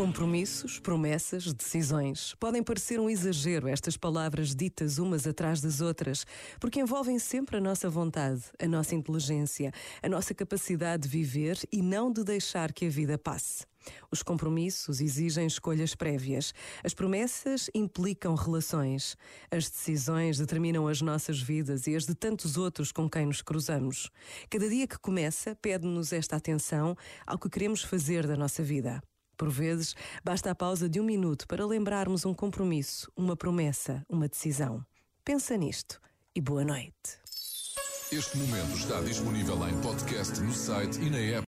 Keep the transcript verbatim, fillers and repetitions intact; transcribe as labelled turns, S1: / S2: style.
S1: Compromissos, promessas, decisões. Podem parecer um exagero estas palavras ditas umas atrás das outras, porque envolvem sempre a nossa vontade, a nossa inteligência, a nossa capacidade de viver e não de deixar que a vida passe. Os compromissos exigem escolhas prévias. As promessas implicam relações. As decisões determinam as nossas vidas e as de tantos outros com quem nos cruzamos. Cada dia que começa, pede-nos esta atenção ao que queremos fazer da nossa vida. Por vezes, basta a pausa de um minuto para lembrarmos um compromisso, uma promessa, uma decisão. Pensa nisto e boa noite.
S2: Este momento está disponível em podcast no site e na app.